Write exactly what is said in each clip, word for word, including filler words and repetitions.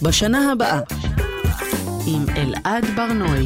בשנה הבאה עם אלעד ברנועי.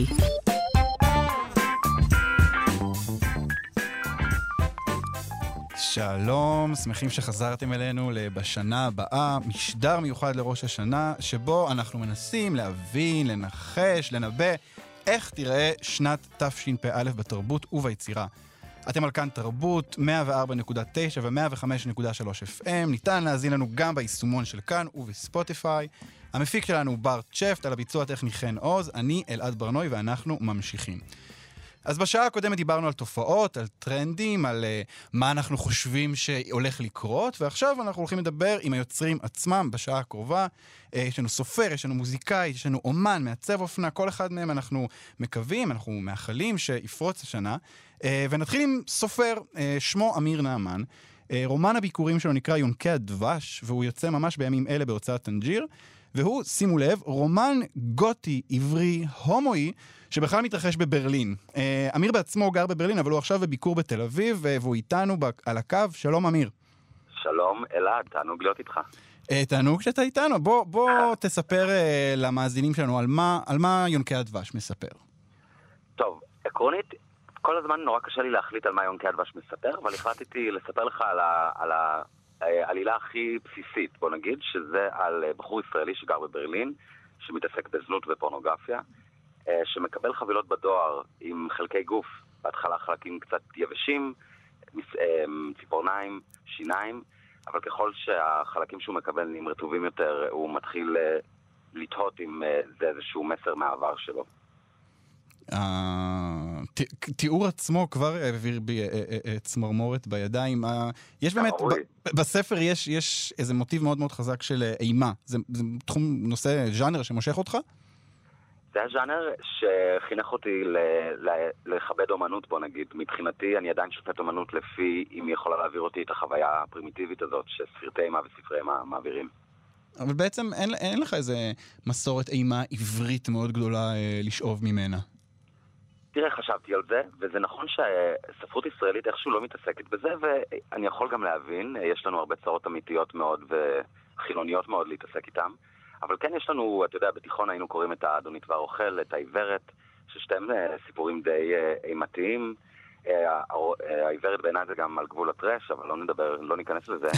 שלום, שמחים שחזרתם אלינו לבשנה הבאה, משדר מיוחד לראש השנה, שבו אנחנו מנסים להבין, לנחש, לנבא איך תראה שנת תשפ"א בתרבות וביצירה. אתם על כאן תרבות, מאה וארבע נקודה תשע ו-מאה וחמש נקודה שלוש אף אם. ניתן להזין לנו גם ביישומון של כאן ובספוטיפיי. המפיק שלנו הוא בר צ'פט, על הביצוע הטכני חן עוז, אני אלעד ברנועי ואנחנו ממשיכים. אז בשעה הקודמת דיברנו על תופעות, על טרנדים, על uh, מה אנחנו חושבים שהולך לקרות, ועכשיו אנחנו הולכים לדבר עם היוצרים עצמם בשעה הקרובה. Uh, יש לנו סופר, יש לנו מוזיקאי, יש לנו אומן, מעצב אופנה, כל אחד מהם אנחנו מקווים, אנחנו מאחלים שיפרוץ השנה. Uh, ונתחיל עם סופר, uh, שמו אמיר נעמן. Uh, רומן הביקורים שלו נקרא יונקי הדבש, והוא יוצא ממש בימים אלה בהוצאת טנג'יר. והוא, שימו לב, רומן גותי, עברי, הומואי, שבכלל מתרחש בברלין. אמיר בעצמו גר בברלין, אבל הוא עכשיו בביקור בתל אביב, והוא איתנו על הקו. שלום אמיר. שלום אלעד, תענוג להיות איתך. תענוג שאתה איתנו. בוא, בוא תספר למאזינים שלנו על מה, על מה יונקי הדבש מספר. טוב, עקרונית, כל הזמן נורא קשה לי להחליט על מה יונקי הדבש מספר, אבל החלטתי לספר לך על ה... על ה... העלילה הכי בסיסית, בוא נגיד, שזה על בחור ישראלי שגר בברלין, שמתעסק בזנות ופורנוגרפיה, שמקבל חבילות בדואר עם חלקי גוף, בהתחלה חלקים קצת יבשים, ציפורניים, שיניים, אבל ככל שהחלקים שהוא מקבל נהיים רטובים יותר, הוא מתחיל לתהות אם זה איזשהו מסר מהעבר שלו. התיאור עצמו כבר העביר בי צמרמורת בידיים. יש באמת, בספר יש איזה מוטיב מאוד מאוד חזק של אימה. זה תחום, נושא, ז'אנר שמושך אותך? זה הז'אנר שחינך אותי לכבד אומנות, בוא נגיד. מבחינתי אני עדיין שופט אומנות לפי אם היא יכולה להעביר אותי את החוויה הפרימיטיבית הזאת שסרטי אימה וספרי אימה מעבירים. אבל בעצם אין, אין לך איזה מסורת אימה עברית מאוד גדולה אה, לשאוב ממנה. תראה, חשבתי על זה, וזה נכון שספרות ישראלית איכשהו לא מתעסקת בזה, ואני יכול גם להבין, יש לנו הרבה צרות אמיתיות מאוד וחילוניות מאוד להתעסק איתם, אבל כן יש לנו, אתה יודע, בתיכון היינו קוראים את האדונית והאוכל, את העיוורת, ששתיהם סיפורים די אימתיים. העיוורת בעיניי זה גם על גבול הטרש, אבל לא נדבר, לא ניכנס לזה.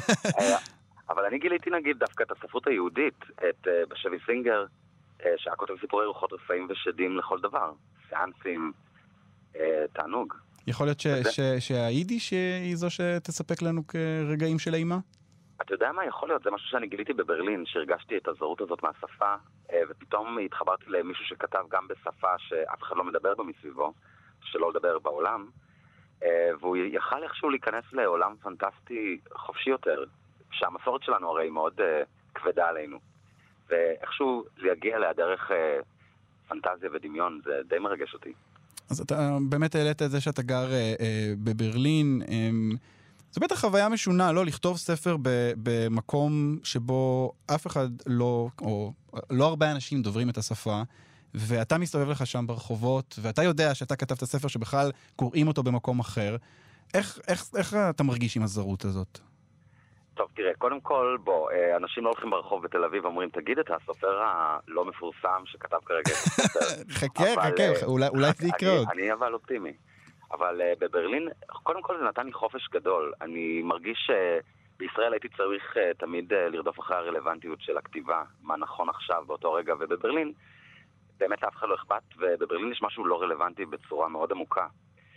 אבל אני גיליתי נגיד דווקא את הספרות היהודית, את בשבי סינגר, שהיה כותב סיפורי רוחות רפאים ושדים לכל דבר. סאנסים, תענוג. יכול להיות שהיידיש היא זו שתספק לנו כרגעים של אימה? אתה יודע מה יכול להיות? זה משהו שאני גיליתי בברלין, שהרגשתי את הזרות הזאת מהשפה, ופתאום התחברתי למישהו שכתב גם בשפה שאף אחד לא מדבר בה מסביבו, שלא לדבר בעולם, והוא יכל איכשהו להיכנס לעולם פנטסטי חופשי יותר, שהמסורת שלנו הרי מאוד כבדה עלינו. ואיכשהו להגיע אליה דרך פנטזיה ודמיון, זה די מרגש אותי. אז אתה באמת העלית את זה שאתה גר אה, אה, בברלין. אה, זו בטח חוויה משונה, לא? לכתוב ספר ב, במקום שבו אף אחד לא, או לא הרבה אנשים דוברים את השפה, ואתה מסתובב לך שם ברחובות, ואתה יודע שאתה כתבת ספר שבכלל קוראים אותו במקום אחר. איך, איך, איך אתה מרגיש עם הזרות הזאת? טוב, תראה, קודם כל, בוא, אנשים לא הולכים ברחוב בתל אביב ואומרים, תגיד את הסופר הלא מפורסם שכתב כרגע את הספר. חכה, חכה, אולי זה יקרה עוד. אני אבל אופטימי. אבל בברלין, קודם כל זה נתן לי חופש גדול. אני מרגיש שבישראל הייתי צריך תמיד לרדוף אחרי הרלוונטיות של הכתיבה, מה נכון עכשיו באותו רגע, ובברלין באמת אף אחד לא אכפת, ובברלין יש משהו לא רלוונטי בצורה מאוד עמוקה.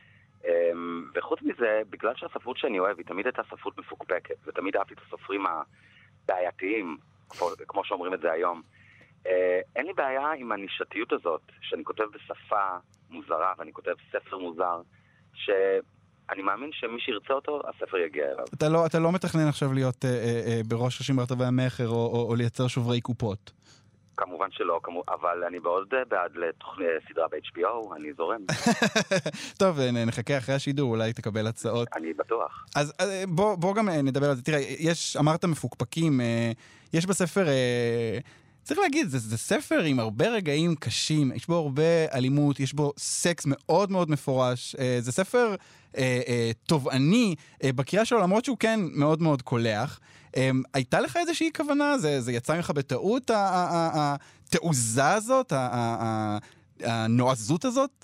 וחוץ מזה, בגלל שהספרות שאני אוהב היא תמיד הייתה ספרות מפוקפקת, ותמיד אהבתי את הסופרים הבעייתיים, כמו שאומרים את זה היום. אין לי בעיה עם הנישתיות הזאת, שאני כותב בשפה מוזרה, ואני כותב ספר מוזר, שאני מאמין שמי שירצה אותו, הספר יגיע אליו. אתה לא, אתה לא מתכנן עכשיו להיות אה, אה, בראש רשימת המכר, או, או, או לייצר שוברי קופות? כמובן שלא, כמו, אבל אני מאוד בעד לסדרה ב-אייץ' בי או, אני זורם. טוב, נחכה אחרי השידור, אולי תקבל הצעות. אני בטוח. אז בוא, בוא גם נדבר על זה. תראה, יש, אמרת מפוקפקים, יש בספר, צריך להגיד, זה, זה ספר עם הרבה רגעים קשים, יש בו הרבה אלימות, יש בו סקס מאוד מאוד מפורש. זה ספר אה, אה, תובעני אה, בקריאה שלו, למרות שהוא כן מאוד מאוד קולח. אה, הייתה לך איזושהי כוונה? זה, זה יצא ממך בטעות, התעוזה הזאת, הנועזות הזאת?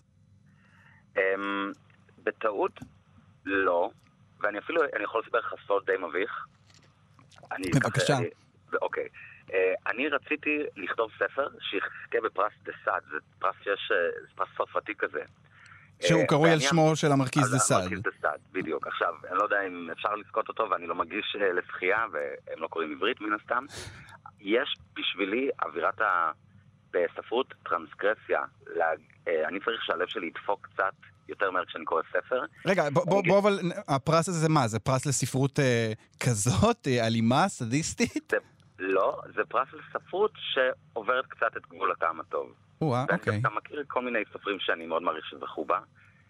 בטעות לא, ואני אפילו, אני יכול לספר לך סוד די מביך. בבקשה. אוקיי. אני רציתי לכתוב ספר שיחכה בפרס דה סאד, זה פרס שיש, זה פרס צרפתי כזה. שהוא קרוי על שמו של המרכיז דה סאד. המרכיז דה סאד, בדיוק. עכשיו, אני לא יודע אם אפשר לזכות אותו, ואני לא מגיש לזכייה, והם לא קוראים עברית מן הסתם. יש בשבילי אווירת בספרות טרנסגרסיה, אני צריך שהלב שלי ידפוק קצת יותר מהר כשאני קורא ספר. רגע, בוא, בוא, אבל הפרס הזה זה מה? זה פרס לספרות אה, כזאת, אה, אלימה, סדיסטית? זה, לא, זה פרס לספרות שעוברת קצת את גבול הטעם הטוב. וואה, אוקיי. אתה מכיר כל מיני ספרים שאני מאוד מעריך שזכו בה.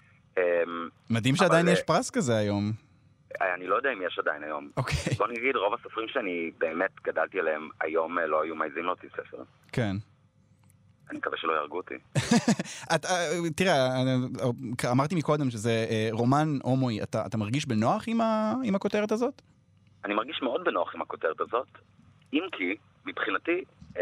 מדהים שעדיין יש פרס כזה היום. אני לא יודע אם יש עדיין היום. אוקיי. בוא נגיד, רוב הספרים שאני באמת גדלתי עליהם, היום לא היו מעזים להוציא ספר. כן. אני מקווה שלא יהרגו אותי. תראה, אמרתי מקודם שזה רומן הומואי. אתה מרגיש בנוח עם הכותרת הזאת? אני מרגיש מאוד בנוח עם הכותרת הזאת. אם כי, מבחינתי,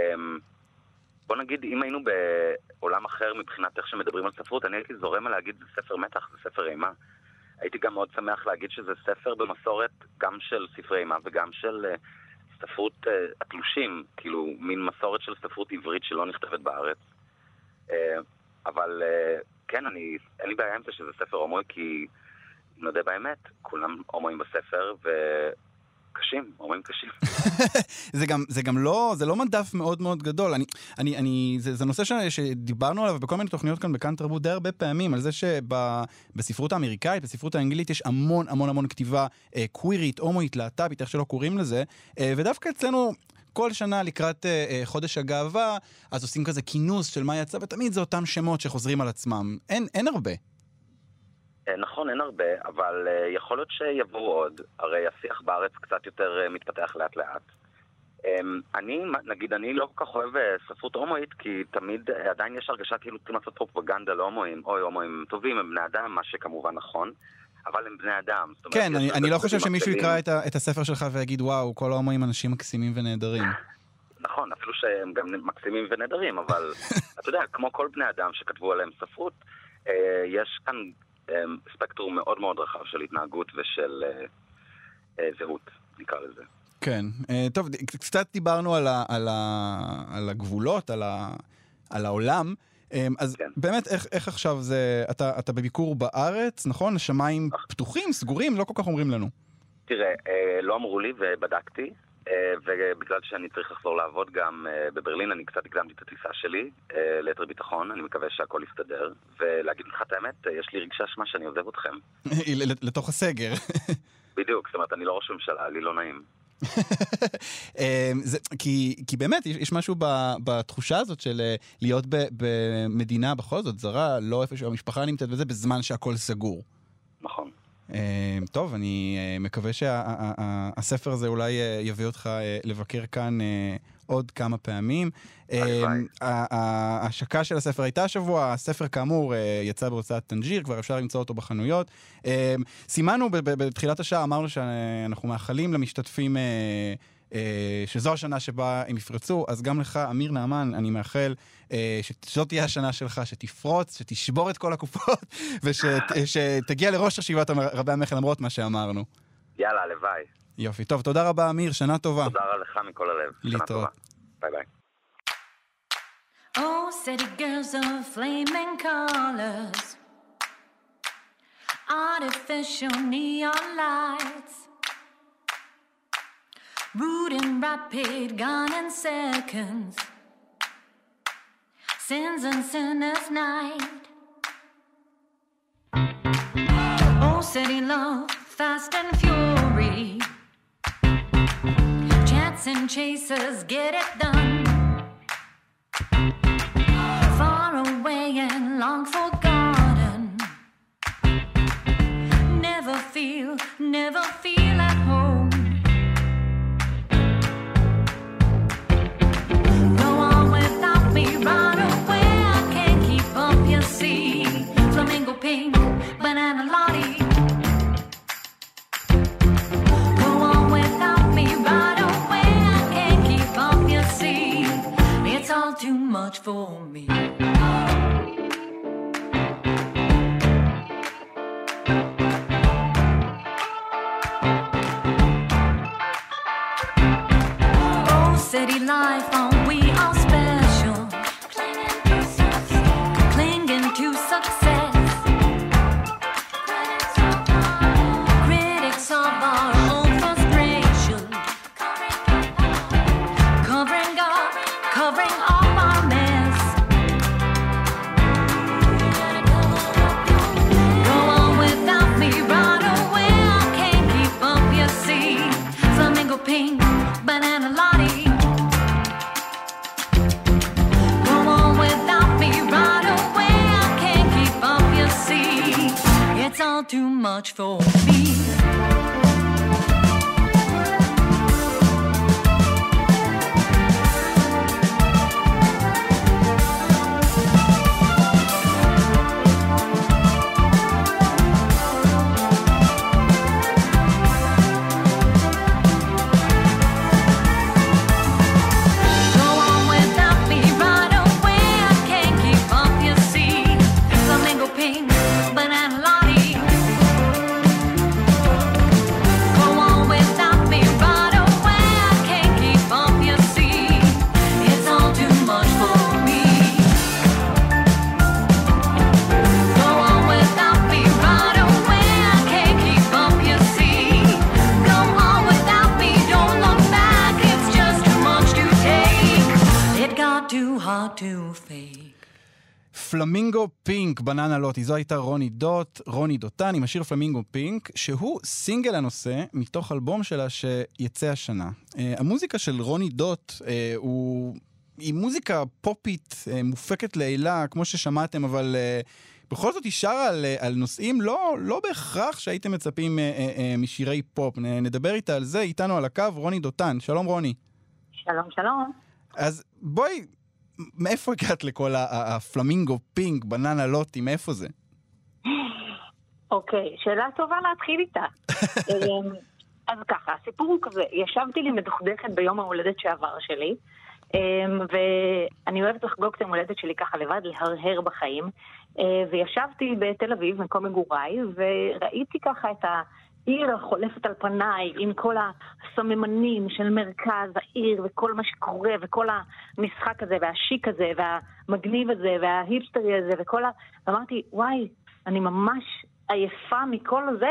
בוא נגיד, אם היינו בעולם אחר מבחינת איך שמדברים על ספרות, אני הייתי זורם על להגיד זה ספר מתח, זה ספר אימה. הייתי גם מאוד שמח להגיד שזה ספר במסורת גם של ספרי אימה וגם של ספרות uh, התלושים, כאילו מין מסורת של ספרות עברית שלא נכתבת בארץ. Uh, אבל uh, כן, אני, אין לי בעיה עם זה שזה ספר הומואי, כי אם נודה באמת, כולם הומואים בספר וקשים, הומואים קשים. זה גם, זה גם לא, זה לא מדף מאוד מאוד גדול. אני, אני, אני, זה, זה נושא ש, שדיברנו עליו בכל מיני תוכניות כאן בכאן תרבות די הרבה פעמים, על זה שבספרות האמריקאית, בספרות האנגלית, יש המון המון המון כתיבה אה, קווירית, הומואית, להט"בית, איך שלא קוראים לזה, אה, ודווקא אצלנו כל שנה לקראת אה, חודש הגאווה, אז עושים כזה כינוס של מה יצא, ותמיד זה אותם שמות שחוזרים על עצמם. אין, אין הרבה. נכון, אין הרבה, אבל uh, יכול להיות שיבואו עוד. הרי השיח בארץ קצת יותר uh, מתפתח לאט לאט. Um, אני, נגיד, אני לא כל כך אוהב uh, ספרות הומואית, כי תמיד uh, עדיין יש הרגשה כאילו צריכים לעשות פרופגנדה להומואים, אוי, הומואים טובים, הם בני אדם, מה שכמובן נכון, אבל הם בני אדם. כן, אני, אני לא חושב שמישהו יקרא את, ה, את הספר שלך ויגיד, וואו, כל ההומואים אנשים מקסימים ונהדרים. נכון, אפילו שהם גם מקסימים ונהדרים, אבל אתה יודע, כמו כל בני אדם שכתבו עליהם ספרות, uh, יש כאן ספקטרום מאוד מאוד רחב של התנהגות ושל זהות, נקרא לזה. כן. טוב, קצת דיברנו על, ה, על, ה, על הגבולות, על, ה, על העולם. אז כן. באמת, איך, איך עכשיו זה, אתה, אתה בביקור בארץ, נכון? השמיים פתוחים, סגורים, לא כל כך אומרים לנו. תראה, לא אמרו לי ובדקתי, ובגלל שאני צריך לחזור לעבוד גם בברלין, אני קצת הקדמתי את הטיסה שלי ליתר ביטחון, אני מקווה שהכל יסתדר, ולהגיד לך את האמת, יש לי רגשי אשמה שאני עוזב אתכם. לתוך הסגר. בדיוק, זאת אומרת, אני לא ראש ממשלה, לי לא נעים. כי, כי באמת, יש משהו בתחושה הזאת של להיות במדינה בכל זאת זרה, לא איפה שהמשפחה נמצאת וזה, בזמן שהכל סגור. נכון. טוב, אני מקווה שהספר הזה אולי יביא אותך לבקר כאן עוד כמה פעמים. ההשקה של הספר הייתה השבוע, הספר כאמור יצא בהוצאת טנג'יר, כבר אפשר למצוא אותו בחנויות. סימנו בתחילת השעה, אמרנו שאנחנו מאחלים למשתתפים שזו השנה שבה הם יפרצו, אז גם לך, אמיר נעמן, אני מאחל שזאת תהיה השנה שלך, שתפרוץ, שתשבור את כל הקופות, ושתגיע לראש חשיבת רבי המלך למרות מה שאמרנו. יאללה, הלוואי. יופי, טוב, תודה רבה אמיר, שנה טובה. תודה לך מכל הלב. להתראות. ביי ביי. Oh, city girls of flaming colors, artificial neon lights, rude and rapid, gone in seconds, sins and sinners night. Oh, city love, fast and fury, chance and chasers get it done, far away and long forgotten, never feel, never feel at home. Go on without me, run away, I can't keep up, you see. Flamingo pink, banana lottie, for me. Oh, city life, oh, we are special. Clinging to success. Critics of our own frustration. Covering up, covering up our mess. Go on without me right away. I can't keep up, you see. Flamingo pink, banana lottie. Go on without me right away. I can't keep up, you see. It's all too much for me. Go on without me right away. I can't keep up, you see. Flamingo pink, banana lottie. Go on without me right away. I can't keep up, you see. It's all too much for me. Go on without me right away. I can't keep up, you see. Go on without me, don't look back. It's just too much to take. It got too hard to fake. פלמינגו פינק, בננה לוטי, זו הייתה רוני דוט, רוני דוטן, עם השיר פלמינגו פינק, שהוא סינגל הנושא מתוך אלבום שלה שיצא השנה. Uh, המוזיקה של רוני דוט uh, הוא, היא מוזיקה פופית, uh, מופקת לעילה, כמו ששמעתם, אבל uh, בכל זאת היא שרה על, uh, על נושאים לא, לא בהכרח שהייתם מצפים uh, uh, uh, משירי פופ. נדבר איתה על זה, איתנו על הקו, רוני דוטן. שלום רוני. שלום, שלום. אז בואי, מאיפה הגעת לכל הפלמינגו פינק, בננה לוטי, מאיפה זה? אוקיי, שאלה טובה להתחיל איתה. אז ככה, הסיפור הוא כזה, ישבתי לי מדוכדכת ביום ההולדת שעבר שלי, ואני אוהבת לחגוג את היום הולדת שלי ככה לבד, להרהר בחיים, וישבתי בתל אביב, מקום מגוריי, וראיתי ככה את ה... עיר החולפת על פניי, עם כל הסממנים של מרכז העיר, וכל מה שקורה, וכל המשחק הזה, והשיק הזה, והמגניב הזה, וההיפסטרי הזה, וכל ה... ואמרתי, וואי, אני ממש עייפה מכל זה,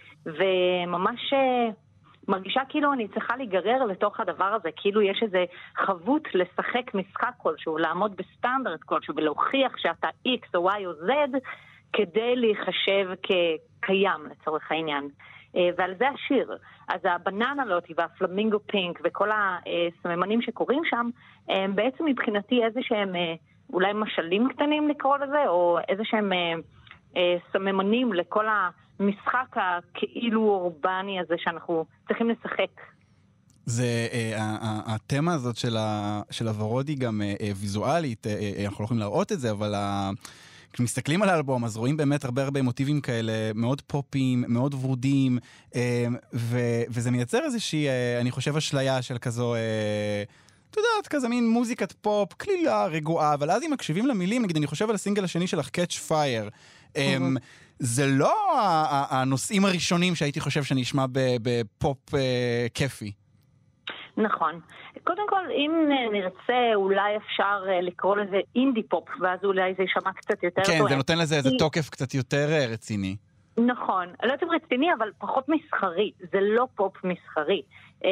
וממש מרגישה כאילו אני צריכה להיגרר לתוך הדבר הזה, כאילו יש איזה חבות לשחק משחק כלשהו, לעמוד בסטנדרט כלשהו, ולהוכיח שאתה X או Y או Z, כדי להיחשב כקיים לצורך העניין. ועל זה השיר. אז הבננה לוטי והפלמינגו פינק וכל הסממנים שקורים שם, הם בעצם מבחינתי איזה שהם אולי משלים קטנים לקרוא לזה, או איזה שהם סממנים לכל המשחק הכאילו אורבני הזה שאנחנו צריכים לשחק. זה, התמה הזאת של הוורודי גם ויזואלית, אנחנו לא יכולים להראות את זה, אבל כשמסתכלים על האלבום, אז רואים באמת הרבה הרבה מוטיבים כאלה, מאוד פופיים, מאוד ורודים, ו- וזה מייצר איזושהי, אני חושב, אשליה של כזו, אתה יודעת, כזה מין מוזיקת פופ, כלילה, רגועה, אבל אז אם מקשיבים למילים, נגיד, אני חושב על הסינגל השני שלך, Catch Fire, זה לא הנושאים הראשונים שהייתי חושב שאני אשמע בפופ כיפי. נכון. קודם כל, אם נרצה, אולי אפשר לקרוא לזה אינדי פופ, ואז אולי זה יישמע קצת יותר כן, טוב. זה נותן לזה איזה תוקף קצת יותר רציני. נכון. לא יותר רציני, אבל פחות מסחרי. זה לא פופ מסחרי.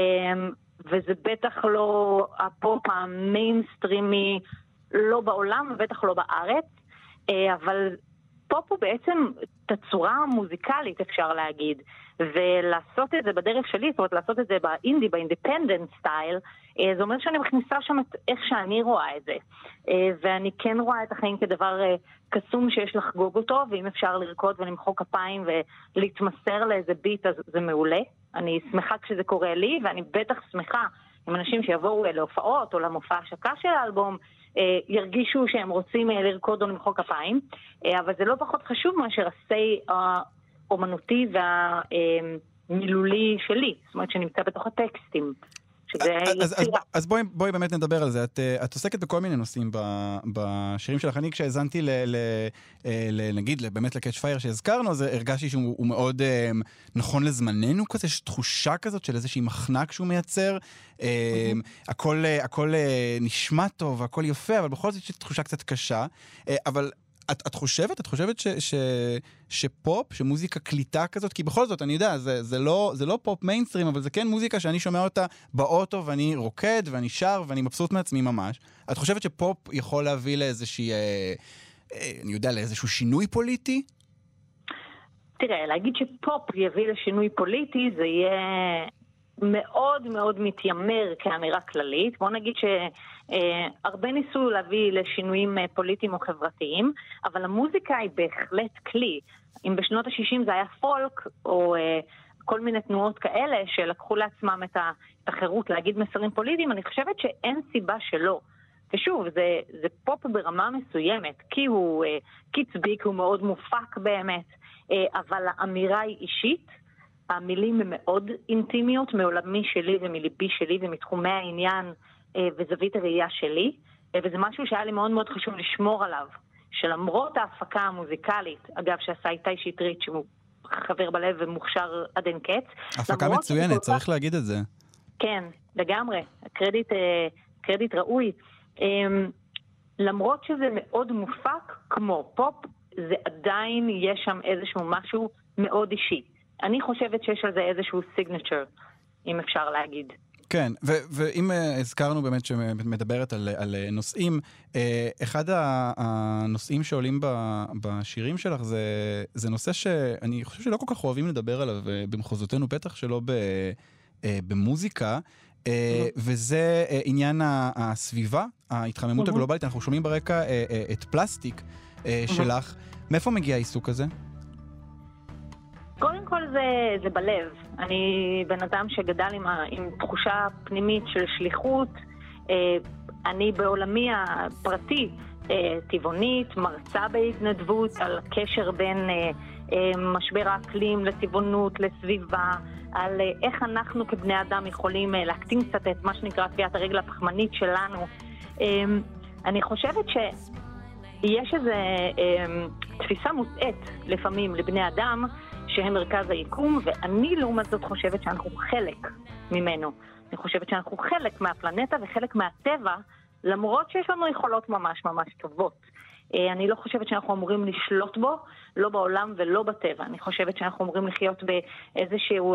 וזה בטח לא הפופ המיינסטרימי, לא בעולם, ובטח לא בארץ. אבל פופ הוא בעצם תצורה מוזיקלית, אפשר להגיד. ולעשות את זה בדרך שלי, זאת אומרת, לעשות את זה באינדי, באינדיפנדנט סטייל, זה אומר שאני מכניסה שם את איך שאני רואה את זה. ואני כן רואה את החיים כדבר קסום שיש לחגוג אותו, ואם אפשר לרקוד ולמחוא כפיים ולהתמסר לאיזה ביט, אז זה מעולה. אני שמחה כשזה קורה לי, ואני בטח שמחה עם אנשים שיבואו להופעות או למופע השקה של האלבום, ירגישו שהם רוצים לרקוד או למחוא כפיים, אבל זה לא פחות חשוב מאשר עשי האומנותי והמילולי שלי, זאת אומרת שנמצא בתוך הטקסטים. שזה אז, אז, יצירה. אז בואי, בואי באמת נדבר על זה. את, את עוסקת בכל מיני נושאים בשירים שלך. אני כשהזנתי ל, ל, ל, נגיד, באמת לקאץ' פייר שהזכרנו, אז הרגשתי שהוא מאוד נכון לזמננו כזה, יש תחושה כזאת של איזושהי מחנק שהוא מייצר. הכל, הכל נשמע טוב, הכל יפה, אבל בכל זאת יש תחושה קצת קשה. אבל את, את חושבת, את חושבת ש, ש, שפופ, שמוזיקה קליטה כזאת, כי בכל זאת, אני יודע, זה, זה לא, זה לא פופ מיינסטרים, אבל זה כן מוזיקה שאני שומע אותה באוטו, ואני רוקד, ואני שר, ואני מבסוט מעצמי ממש. את חושבת שפופ יכול להביא לאיזושהי, אה, אה, אני יודע, לאיזשהו שינוי פוליטי? תראה, להגיד שפופ יביא לשינוי פוליטי, זה יהיה מאוד מאוד מתיימר כאמירה כללית. בוא נגיד שהרבה ניסו להביא לשינויים פוליטיים או חברתיים, אבל המוזיקה היא בהחלט כלי. אם בשנות ה-שישים זה היה פולק, או כל מיני תנועות כאלה שלקחו לעצמם את החירות להגיד מסרים פוליטיים, אני חושבת שאין סיבה שלא. ושוב, זה, זה פופ ברמה מסוימת, כי הוא קיצבי, כי הוא מאוד מופק באמת, אבל האמירה היא אישית, המילים הן מאוד אינטימיות מעולמי שלי ומליבי שלי ומתחומי העניין וזווית הראייה שלי, וזה משהו שהיה לי מאוד מאוד חשוב לשמור עליו, שלמרות ההפקה המוזיקלית, אגב שעשה איתי שטרית שהוא חבר בלב ומוכשר עד אין קץ. הפקה מצוינת, צריך כך... להגיד את זה. כן, לגמרי, הקרדיט, קרדיט ראוי. למרות שזה מאוד מופק כמו פופ, זה עדיין יש שם איזשהו משהו מאוד אישי. אני חושבת שיש על זה איזשהו סיגנצ'ר, אם אפשר להגיד. כן, ו- ואם uh, הזכרנו באמת שמדברת על, על נושאים, uh, אחד הנושאים שעולים ב- בשירים שלך זה, זה נושא שאני חושב שלא כל כך אוהבים לדבר עליו uh, במחוזותינו, בטח שלא ב- uh, במוזיקה, uh, וזה uh, עניין הסביבה, ההתחממות הגלובלית. אנחנו שומעים ברקע uh, uh, את פלסטיק uh, שלך. מאיפה מגיע העיסוק הזה? קודם כל זה, זה בלב. אני בן אדם שגדל עם, ה, עם תחושה פנימית של שליחות. אה, אני בעולמי הפרטי, אה, טבעונית, מרצה בהתנדבות על קשר בין אה, אה, משבר האקלים לטבעונות, לסביבה, על אה, איך אנחנו כבני אדם יכולים אה, להקטין קצת את מה שנקרא טביעת הרגל הפחמנית שלנו. אה, אני חושבת שיש איזו אה, תפיסה מוטעת לפעמים לבני אדם, שהם מרכז היקום, ואני לעומת זאת חושבת שאנחנו חלק ממנו. אני חושבת שאנחנו חלק מהפלנטה וחלק מהטבע, למרות שיש לנו יכולות ממש ממש טובות. אני לא חושבת שאנחנו אמורים לשלוט בו, לא בעולם ולא בטבע. אני חושבת שאנחנו אמורים לחיות באיזשהו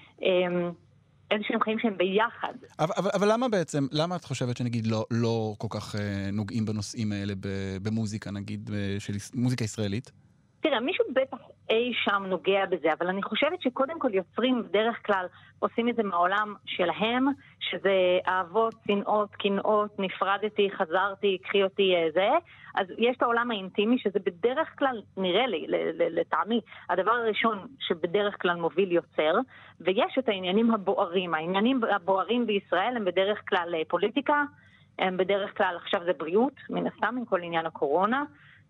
איזשהם חיים שהם ביחד. אבל, אבל, אבל למה בעצם, למה את חושבת שנגיד לא, לא כל כך נוגעים בנושאים האלה במוזיקה, נגיד, של מוזיקה ישראלית? תראה, מישהו בטח אי שם נוגע בזה, אבל אני חושבת שקודם כל יוצרים בדרך כלל עושים את זה מהעולם שלהם, שזה אהבות, צנעות, קנאות, נפרדתי, חזרתי, קחי אותי זה. אז יש את העולם האינטימי, שזה בדרך כלל, נראה לי, לטעמי, הדבר הראשון שבדרך כלל מוביל יוצר, ויש את העניינים הבוערים. העניינים הבוערים בישראל הם בדרך כלל פוליטיקה, הם בדרך כלל עכשיו זה בריאות, מן הסתם עם כל עניין הקורונה.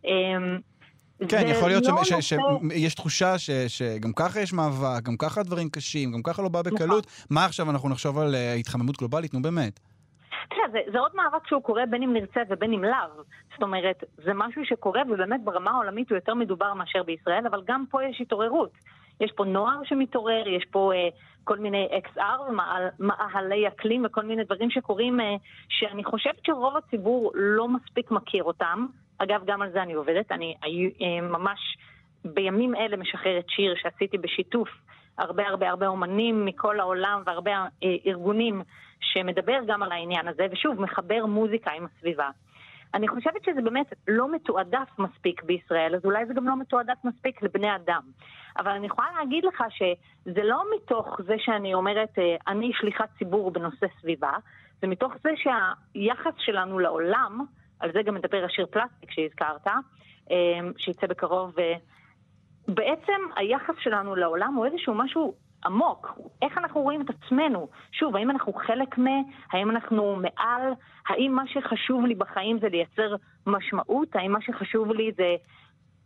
כן, יכול להיות שיש תחושה שגם ככה יש מאבק, גם ככה דברים קשים, גם ככה לא בא בקלות. מה עכשיו אנחנו נחשוב על התחממות גלובלית? נו באמת. תראה, זה עוד מאבק שהוא קורה בין אם נרצה ובין אם לאו. זאת אומרת, זה משהו שקורה ובאמת ברמה העולמית הוא יותר מדובר מאשר בישראל, אבל גם פה יש התעוררות. יש פה נוער שמתעורר, יש פה כל מיני אקס אר, מאהלי אקלים וכל מיני דברים שקורים, שאני חושבת שרוב הציבור לא מספיק מכיר אותם. אגב, גם על זה אני עובדת. אני ממש בימים אלה משחררת שיר שעשיתי בשיתוף הרבה הרבה הרבה אומנים מכל העולם והרבה ארגונים שמדבר גם על העניין הזה, ושוב, מחבר מוזיקה עם הסביבה. אני חושבת שזה באמת לא מתועדף מספיק בישראל, אז אולי זה גם לא מתועדף מספיק לבני אדם. אבל אני יכולה להגיד לך שזה לא מתוך זה שאני אומרת, אני שליחת ציבור בנושא סביבה, זה מתוך זה שהיחס שלנו לעולם, על זה גם מדבר השיר פלסטיק שהזכרת, שיצא בקרוב, בעצם היחס שלנו לעולם הוא איזשהו משהו עמוק. איך אנחנו רואים את עצמנו? שוב, האם אנחנו חלק מה? האם אנחנו מעל? האם מה שחשוב לי בחיים זה לייצר משמעות? האם מה שחשוב לי זה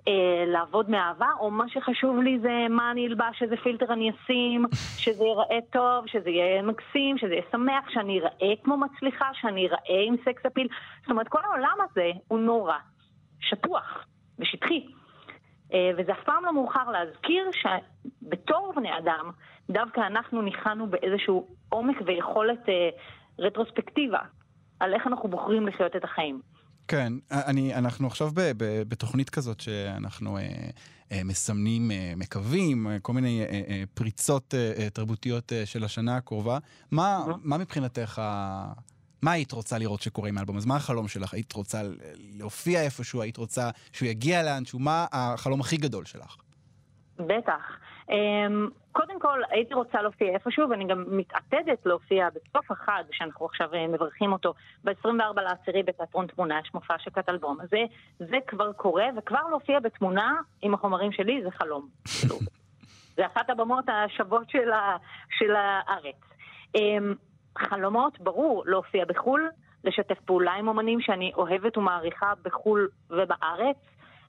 אה, לעבוד מאהבה, או מה שחשוב לי זה מה אני אלבש, איזה פילטר אני אשים, שזה ייראה טוב, שזה יהיה מקסים, שזה יהיה שמח, שאני אראה כמו מצליחה, שאני אראה עם סקס אפיל. זאת אומרת, כל העולם הזה הוא נורא שטוח ושטחי. אה, וזה אף פעם לא מאוחר להזכיר שבתור בני אדם, דווקא אנחנו ניחנו באיזשהו עומק ויכולת אה, רטרוספקטיבה על איך אנחנו בוחרים לחיות את החיים. כן, אני, אנחנו עכשיו ב, ב, בתוכנית כזאת שאנחנו אה, אה, מסמנים, אה, מקווים, אה, כל מיני אה, אה, פריצות אה, תרבותיות אה, של השנה הקרובה. מה, מה מבחינתך, מה היית רוצה לראות שקורה עם האלבום? אז מה החלום שלך? היית רוצה להופיע איפשהו? היית רוצה שהוא יגיע לאנשהו? מה החלום הכי גדול שלך? בטח. קודם כל, הייתי רוצה להופיע איפשהו, ואני גם מתעתדת להופיע בסוף החג, שאנחנו עכשיו מברכים אותו, ב-עשרים וארבעה לעשירי בתיאטרון תמונה, יש מופע שקת אלבום. אז זה, זה כבר קורה, וכבר להופיע בתמונה עם החומרים שלי, זה חלום. זה אחת הבמות השוות של, ה, של הארץ. חלומות, ברור, להופיע בחול, לשתף פעולה עם אומנים שאני אוהבת ומעריכה בחול ובארץ.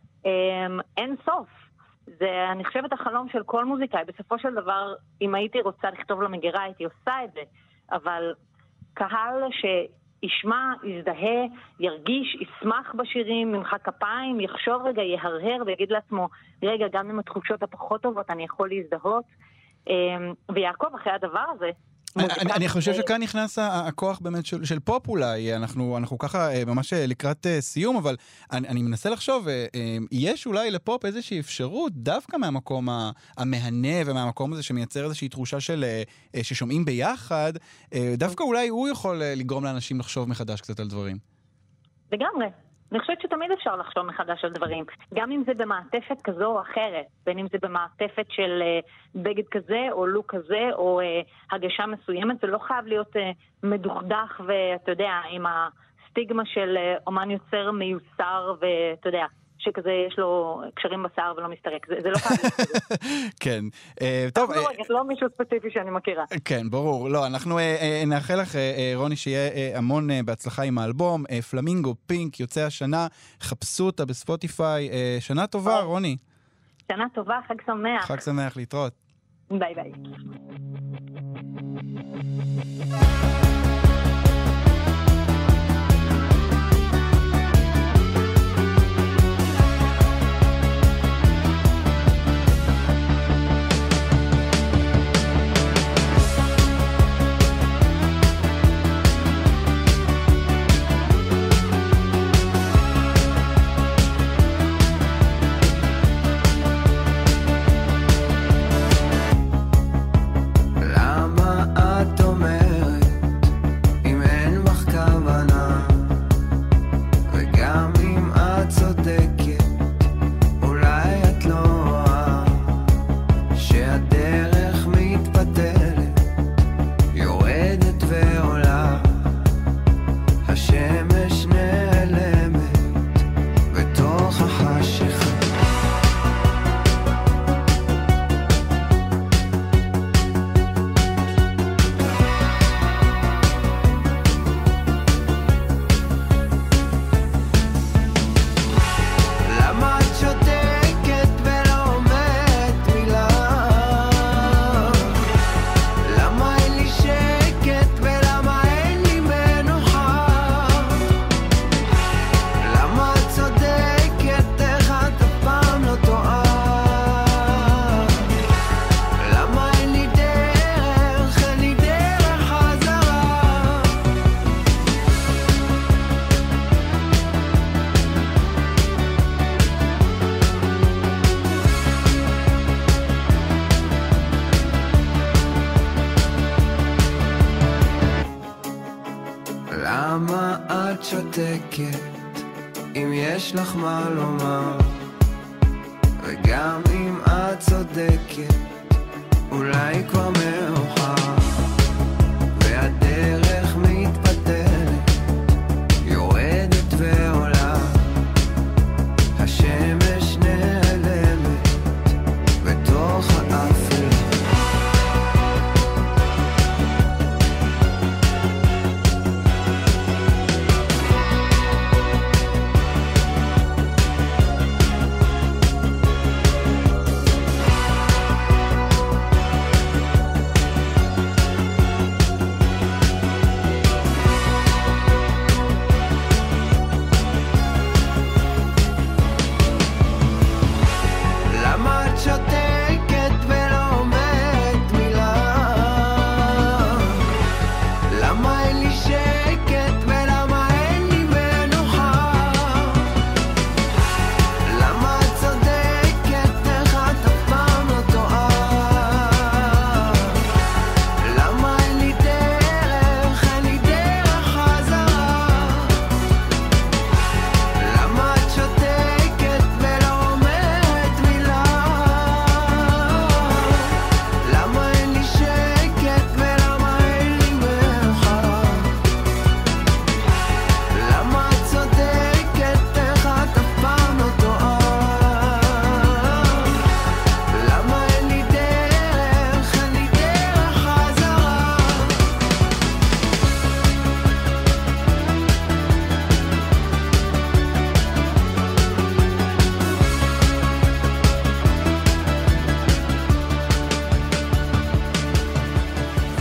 אין סוף. זה, אני חושבת, החלום של כל מוזיקאי. בסופו של דבר, אם הייתי רוצה לכתוב למגירה, הייתי עושה את זה. אבל קהל שישמע, יזדהה, ירגיש, ישמח בשירים, ימחא כפיים, יחשוב רגע, יהרהר ויגיד לעצמו, רגע, גם עם התחושות הפחות טובות, אני יכול להזדהות, ויעקוב אחרי הדבר הזה. אני, אני חושב שכאן נכנס הכוח באמת של, של פופ אולי, אנחנו, אנחנו ככה ממש לקראת סיום, אבל אני, אני מנסה לחשוב, יש אולי לפופ איזושהי אפשרות, דווקא מהמקום המהנה ומהמקום הזה שמייצר איזושהי תחושה של, ששומעים ביחד, דווקא אולי הוא יכול לגרום לאנשים לחשוב מחדש קצת על דברים. לגמרי. אני חושבת שתמיד אפשר לחשוב מחדש על דברים, גם אם זה במעטפת כזו או אחרת, בין אם זה במעטפת של uh, בגד כזה או לוק כזה או uh, הגשה מסוימת, זה לא חייב להיות uh, מדוכדך ואתה יודע, עם הסטיגמה של uh, אומן יוצר מיוסר ואתה יודע, שכזה יש לו קשרים בשיער ולא מסתרק, זה, זה לא חייב להיות. כן, טוב. לא, לא מישהו ספציפי שאני מכירה. כן, ברור. לא, אנחנו נאחל לך, רוני, שיהיה המון בהצלחה עם האלבום, פלמינגו, פינק, יוצא השנה, חפשו אותה בספוטיפיי. שנה טובה, רוני. שנה טובה, חג שמח. חג שמח, להתראות. ביי ביי. שותקת אם יש לך מה לומר, וגם אם את צודקת אולי כבר מאוחר, והדרך מתפתלת יורדת ועולה, השמש נעלמת בתוך האפלה.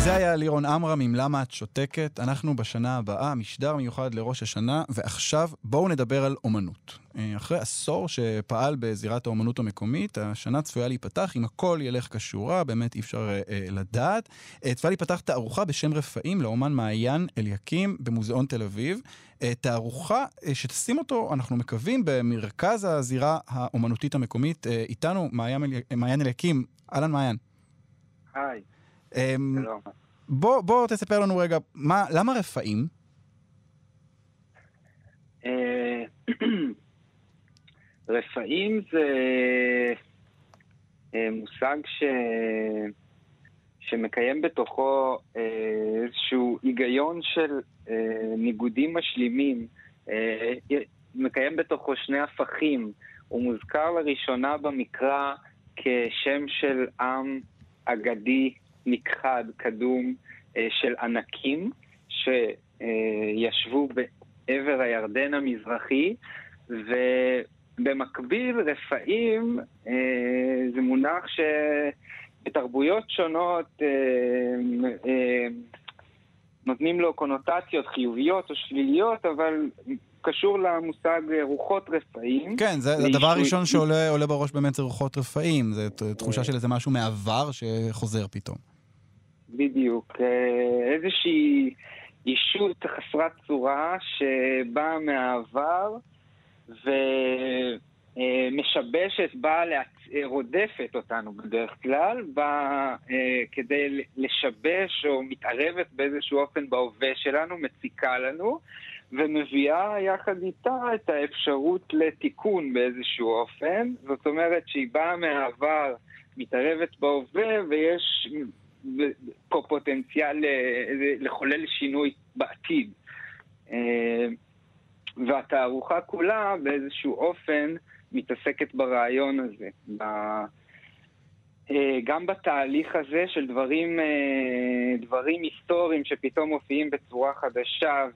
זה היה לירון עמרם עם למה את שותקת. אנחנו בשנה הבאה, משדר מיוחד לראש השנה, ועכשיו בואו נדבר על אומנות. אחרי עשור שפעל בזירת האומנות המקומית, השנה צפויה להיפתח, אם הכל ילך כשורה, באמת אי אפשר אה, לדעת. צפויה להיפתח תערוכה בשם רפאים לאומן מעיין אליקים במוזיאון תל אביב. אה, תערוכה אה, שתשים אותו, אנחנו מקווים, במרכז הזירה האומנותית המקומית. אה, איתנו מעיין, מעיין אליקים. אהלן מעיין. היי. שלום. בוא, בוא תספר לנו רגע, מה, למה רפאים? רפאים זה מושג ש... שמקיים בתוכו איזשהו היגיון של ניגודים משלימים, מקיים בתוכו שני הפכים. הוא מוזכר לראשונה במקרא כשם של עם אגדי נכחד, קדום, של ענקים שישבו בעבר הירדן המזרחי, ובמקביל רפאים זה מונח שבתרבויות שונות נותנים לו קונוטציות חיוביות או שליליות, אבל קשור למושג רוחות רפאים. כן, זה הדבר הראשון שעולה עולה בראש באמת זה רוחות רפאים, זה תחושה של איזה משהו מעבר שחוזר פתאום. בדיוק, איזושהי אישות חסרת צורה שבאה מהעבר ומשבשת, באה רודפת אותנו בדרך כלל, באה כדי לשבש או מתערבת באיזשהו אופן בהווה שלנו, מציקה לנו, ומביאה יחד איתה את האפשרות לתיקון באיזשהו אופן. זאת אומרת שהיא באה מהעבר, מתערבת בהווה, ויש פה פוטנציאל לחולל שינוי בעתיד. והתערוכה כולה באיזשהו אופן מתעסקת ברעיון הזה, גם בתהליך הזה של דברים, דברים היסטוריים שפתאום מופיעים בצורה חדשה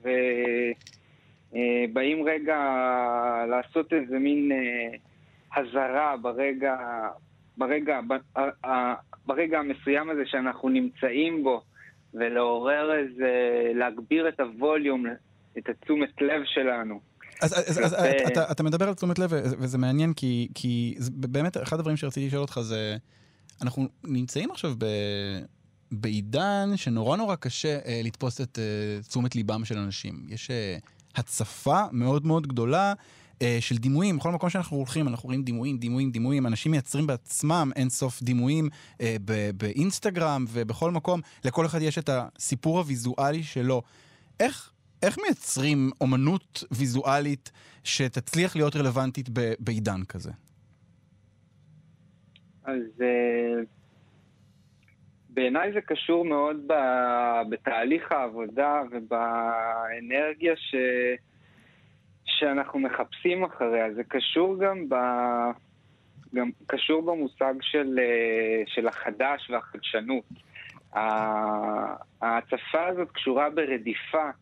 ובאים רגע לעשות איזה מין הזרה ברגע, ברגע, ברגע המסוים הזה שאנחנו נמצאים בו, ולעורר איזה, להגביר את הווליום, את התשומת לב שלנו. אז, אז, אז אתה, אתה מדבר על תשומת לב, וזה מעניין, כי, כי באמת אחד הדברים שרציתי לשאול אותך זה, אנחנו נמצאים עכשיו ב, בעידן שנורא נורא קשה אה, לתפוס את אה, תשומת ליבם של אנשים. יש אה, הצפה מאוד מאוד גדולה אה, של דימויים. בכל מקום שאנחנו הולכים, אנחנו רואים דימויים, דימויים, דימויים. אנשים מייצרים בעצמם אין סוף דימויים אה, ב, באינסטגרם ובכל מקום. לכל אחד יש את הסיפור הוויזואלי שלו. איך... איך מייצרים אומנות ויזואלית שתצליח להיות רלוונטית ב- בעידן כזה? אז uh, בעיניי זה קשור מאוד ב- בתהליך העבודה ובאנרגיה ש... שאנחנו מחפשים אחריה. זה קשור גם, ב... גם קשור במושג של, של החדש והחדשנות. ההצפה הזאת קשורה ברדיפה.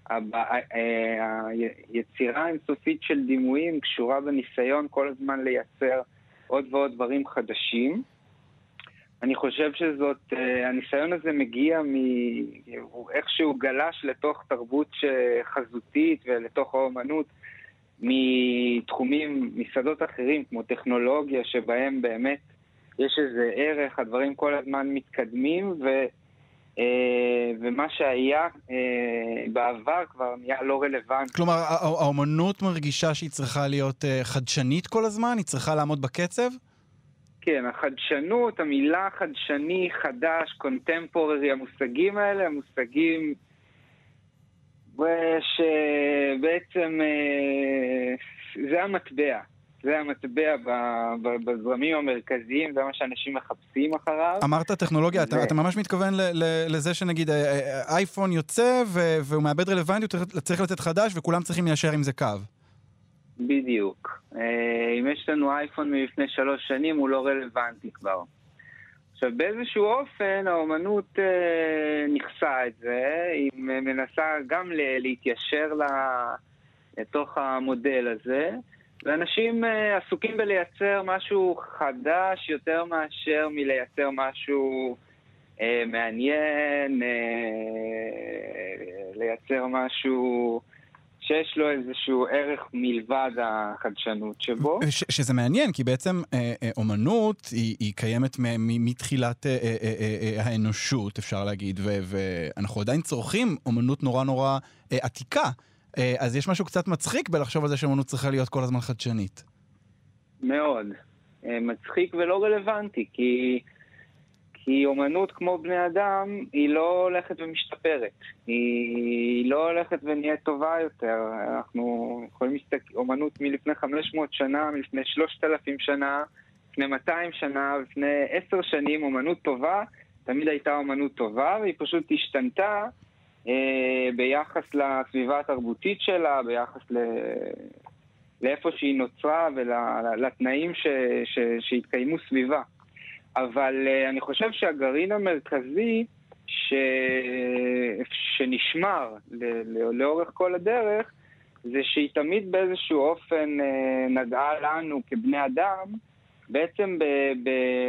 היצירה האינסופית של דימויים קשורה בניסיון כל הזמן לייצר עוד ועוד דברים חדשים. אני חושב שזאת, הניסיון הזה מגיע מאיכשהו גלש לתוך תרבות חזותית ולתוך האומנות מתחומים, משדות אחרים כמו טכנולוגיה, שבהם באמת יש איזה ערך, הדברים כל הזמן מתקדמים ו... ומה שהיה בעבר כבר נהיה לא רלוונטי. כלומר, האומנות מרגישה שהיא צריכה להיות חדשנית כל הזמן? היא צריכה לעמוד בקצב? כן, החדשנות, המילה חדשני, חדש, קונטמפוררי, המושגים האלה, המושגים שבעצם זה המטבע. זה המטבע בזרמים המרכזיים, זה מה שאנשים מחפשים אחריו. אמרת טכנולוגיה, אתה, אתה ממש מתכוון לזה שנגיד אייפון יוצא והוא מאבד רלוונטיות, צריך לצאת חדש וכולם צריכים ליישר עם זה קו. בדיוק. אם יש לנו אייפון מלפני שלוש שנים, הוא לא רלוונטי כבר. עכשיו, באיזשהו אופן, האומנות נכסה את זה, היא מנסה גם להתיישר לתוך המודל הזה, ואנשים עסוקים בלייצר משהו חדש יותר מאשר מלייצר משהו אה, מעניין, אה, לייצר משהו שיש לו איזשהו ערך מלבד החדשנות שבו. ש- שזה מעניין, כי בעצם אה, אה, אומנות היא, היא קיימת מ- מ- מתחילת אה, אה, אה, אה, האנושות, אפשר להגיד, ו- ואנחנו עדיין צורכים אומנות נורא נורא אה, עתיקה. אה, אז יש משהו קצת מצחיק בלחשוב על זה שאומנות צריכה להיות כל הזמן חדשנית. מאוד. אה, מצחיק ולא רלוונטי, כי... כי אומנות כמו בני אדם היא לא הולכת ומשתפרת. היא לא הולכת ונהיה טובה יותר. אנחנו יכולים להסתכל, אומנות מלפני חמש מאות שנה, מלפני שלושת אלפים שנה, לפני מאתיים שנה, לפני עשר שנים, אומנות טובה, תמיד הייתה אומנות טובה, והיא פשוט השתנתה אה, ביחס לסביבה התרבותית שלה, ביחס ל... לאיפה שהיא נוצרה ולתנאים ש... ש... שהתקיימו סביבה. אבל uh, אני חושב שהגרעין המרכזי ש... שנשמר ל... ל... לאורך כל הדרך זה שהיא תמיד באיזשהו אופן uh, נגעה לנו כבני אדם בעצם ב... ב...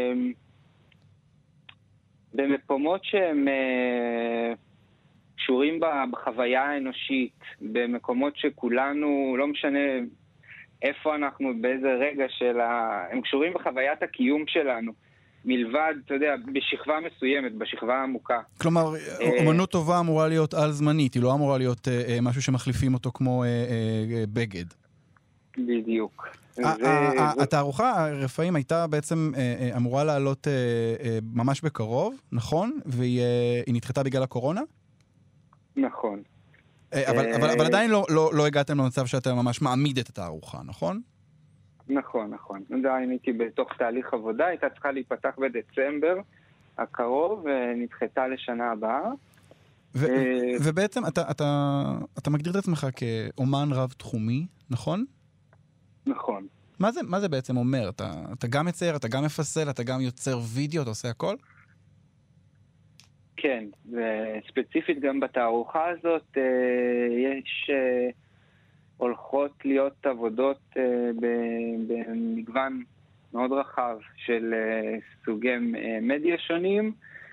במקומות שהם uh, קשורים בחוויה האנושית, במקומות שכולנו, לא משנה איפה אנחנו, באיזה רגע שלה, הם קשורים בחוויית הקיום שלנו. מלבד, אתה יודע, בשכבה מסוימת, בשכבה העמוקה. כלומר, אומנות טובה אמורה להיות על זמנית, היא לא אמורה להיות אה, משהו שמחליפים אותו כמו אה, אה, בגד. בדיוק. התערוכה, הרפאים, הייתה בעצם אה, אה, אמורה לעלות אה, אה, ממש בקרוב, נכון? והיא אה, נדחתה בגלל הקורונה? נכון. אה, אבל, אבל, אבל עדיין לא, לא, לא הגעתם למצב שאתה ממש מעמיד את התערוכה, נכון? נכון, נכון. עדיין הייתי בתוך תהליך עבודה, הייתה צריכה להיפתח בדצמבר הקרוב, ונדחתה לשנה הבאה. ו- ובעצם אתה, אתה, אתה מגדיר את עצמך כאומן רב-תחומי, נכון? נכון. מה זה, מה זה בעצם אומר? אתה, אתה גם מצייר, אתה גם מפסל, אתה גם יוצר וידאו, אתה עושה הכל? כן, וספציפית גם בתערוכה הזאת יש... הולכות להיות עבודות uh, במגוון מאוד רחב של uh, סוגי uh, מדיה שונים,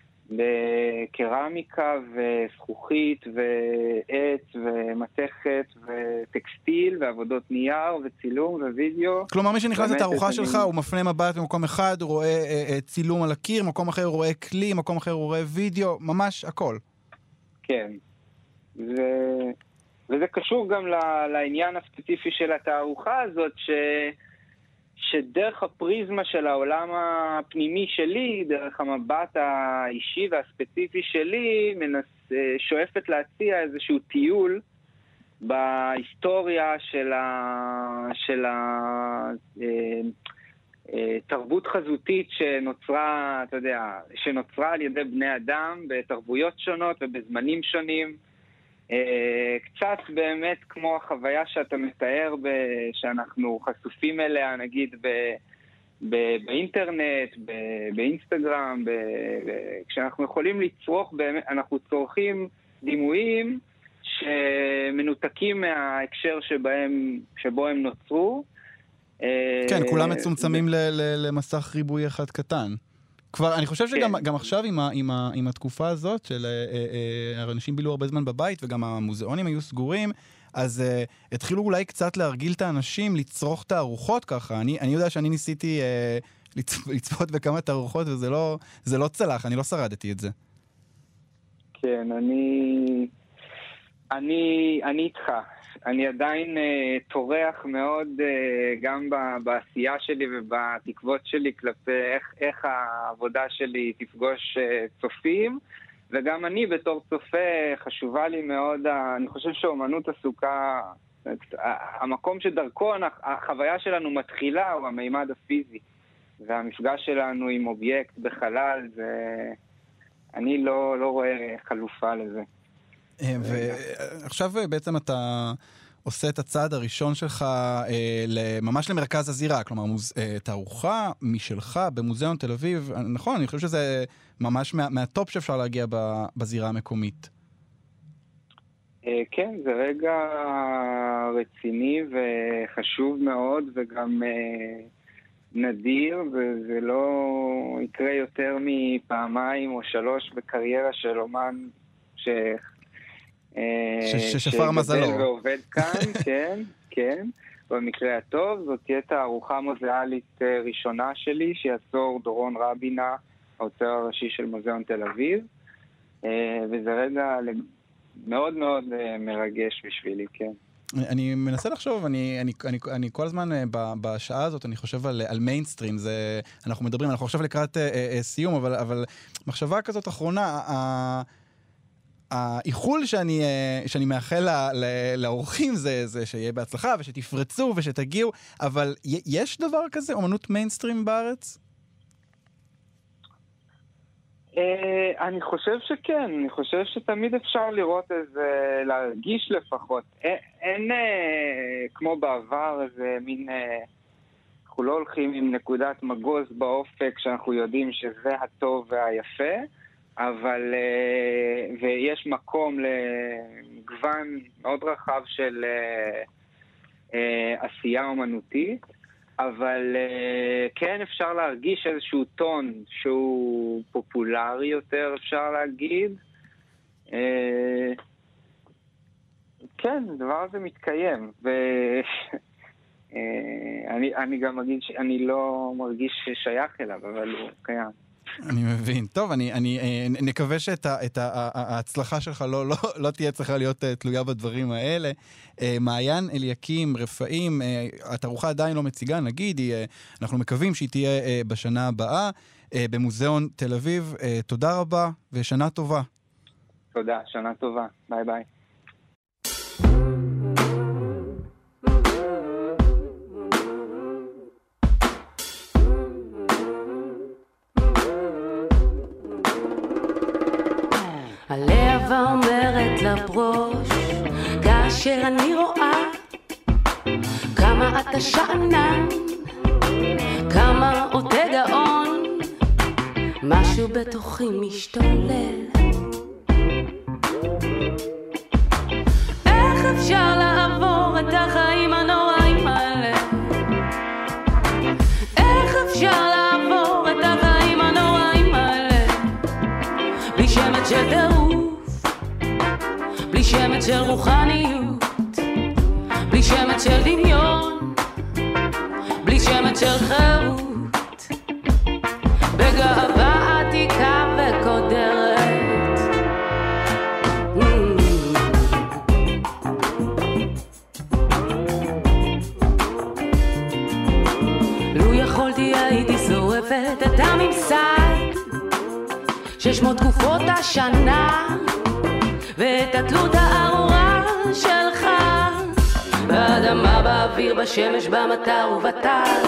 בקרמיקה וזכוכית ועץ ומתכת וטקסטיל ועבודות נייר וצילום ווידאו. כלומר, מי שנכנס לתערוכה שלך אני... הוא מפנה מבט במקום אחד, הוא רואה uh, uh, צילום על הקיר, מקום אחר הוא רואה כלי, מקום אחר הוא רואה וידאו, ממש הכל. כן. ו... וזה קשור גם לעניין הספציפי של התערוכה הזאת, ש... שדרך הפריזמה של העולם הפנימי שלי, דרך המבט האישי והספציפי שלי, מנס... שואפת להציע איזשהו טיול בהיסטוריה של ה... של ה... תרבות חזותית שנוצרה, אתה יודע, שנוצרה על ידי בני אדם בתרבויות שונות ובזמנים שונים. קצת באמת כמו החוויה שאתה מתאר שאנחנו חשופים אליה, נגיד באינטרנט, באינסטגרם, כשאנחנו יכולים לצרוך, אנחנו צורכים דימויים שמנותקים מההקשר שבו הם נוצרו. כן, כולם מצומצמים למסך ריבוי אחד קטן. כבר, אני חושב שגם גם עכשיו עם, ה, עם, ה, עם התקופה הזאת של אה, אה, אנשים בילו הרבה זמן בבית וגם המוזיאונים היו סגורים, אז אה, התחילו אולי קצת להרגיל את האנשים לצרוך תערוכות ככה. אני, אני יודע שאני ניסיתי אה, לצפ, לצפות בכמה תערוכות וזה לא, זה לא צלח, אני לא שרדתי את זה. כן, אני, אני, אני איתך. אני עדיין uh, תורח מאוד uh, גם ב- בעשייה שלי ובתקוות שלי כלפי איך, איך העבודה שלי תפגוש uh, צופים, וגם אני בתור צופה חשובה לי מאוד, uh, אני חושב שאומנות עסוקה, uh, המקום שדרכו החוויה שלנו מתחילה הוא המימד הפיזי, והמפגש שלנו עם אובייקט בחלל, ואני לא, לא רואה חלופה לזה. ועכשיו בעצם אתה עושה את הצעד הראשון שלך ממש למרכז הזירה, כלומר תערוכה משלך במוזיאון תל אביב, נכון? אני חושב שזה ממש מהטופ שאפשר להגיע בזירה המקומית. כן, זה רגע רציני וחשוב מאוד, וגם נדיר, וזה לא יקרה יותר מפעמיים או שלוש בקריירה של אומן ש... ששפר מזלו. שגדל ועובד כאן, כן, כן. במקרה הטוב, זאת תהיה תערוכה מוזיאלית ראשונה שלי, שיעצור דורון רבינה, האוצר הראשי של מוזיאון תל אביב. וזה רגע מאוד מאוד מרגש בשבילי, כן. אני מנסה לחשוב, אני, אני, אני, אני כל הזמן בשעה הזאת, אני חושב על, על מיינסטרים, זה, אנחנו מדברים, אנחנו עכשיו לקראת אה, אה, סיום, אבל, אבל מחשבה כזאת אחרונה, ה, האיחול שאני, שאני מאחל לאורחים זה, זה שיהיה בהצלחה ושתפרצו ושתגיעו, אבל יש דבר כזה, אומנות מיינסטרים בארץ? אני חושב שכן, אני חושב שתמיד אפשר לראות איזה, להרגיש לפחות. אין כמו בעבר איזה מין, אנחנו לא הולכים עם נקודת מגוז באופק שאנחנו יודעים שזה הטוב והיפה, אבל, ויש מקום למגוון מאוד רחב של עשייה אומנותית, אבל כן אפשר להרגיש איזשהו טון שהוא פופולרי יותר, אפשר להגיד. כן, הדבר הזה מתקיים, ואני אני גם אגיד שאני לא מרגיש ששייך אליו, אבל הוא קיים. אני מבין. טוב, אני, אני נקווה שאת ה, את ה, ההצלחה שלך לא, לא, לא תהיה צריכה להיות תלויה בדברים האלה. מעיין אליקים, רפאים, התערוכה עדיין לא מציגה, נגיד, היא, אנחנו מקווים שהיא תהיה בשנה הבאה, במוזיאון תל אביב. תודה רבה ושנה טובה. תודה, שנה טובה. ביי ביי. הלב אומרת לברוש, כאשר אני רואה כמה אתה שענן, כמה אותה גאון, משהו בתוכי משתולל. איך אפשר לעבור את החיים הנוראים האלה? איך אפשר לעבור את החיים הנוראים האלה בלי שמץ של טירוף, בלי שמץ של רוחניות, בלי שמץ של דמיון, בלי שמץ של חירות, בגאווה עתיקה וקודרת. לו יכולתי הייתי שורפת את הממסד, שש מאות תקופות השנה, ואת התלות הארורה שלך, באדמה, באוויר, בשמש, במטר ובטל.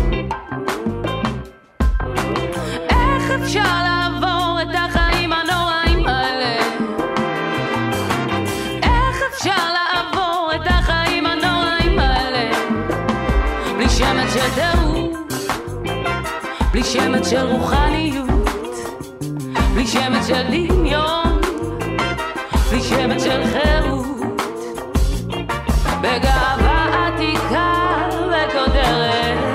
איך אפשר לעבור את החיים הנוראים האלה? איך אפשר לעבור את החיים הנוראים האלה בלי שמץ של טירוף, בלי שמץ של רוחניות, בלי שמץ של דמיון, בלי שמץ של חירות, בגאווה עתיקה וקודרת.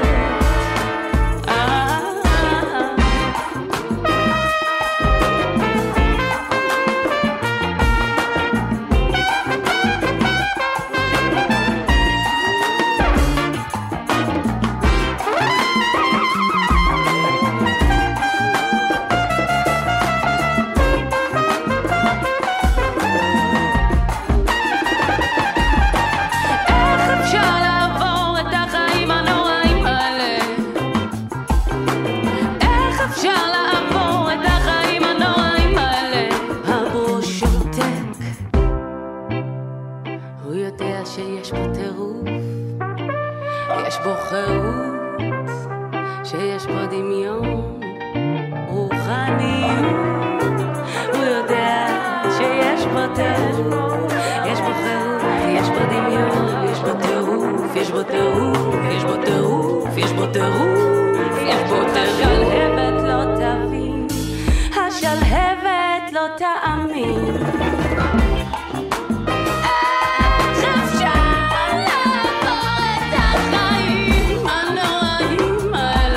Bye.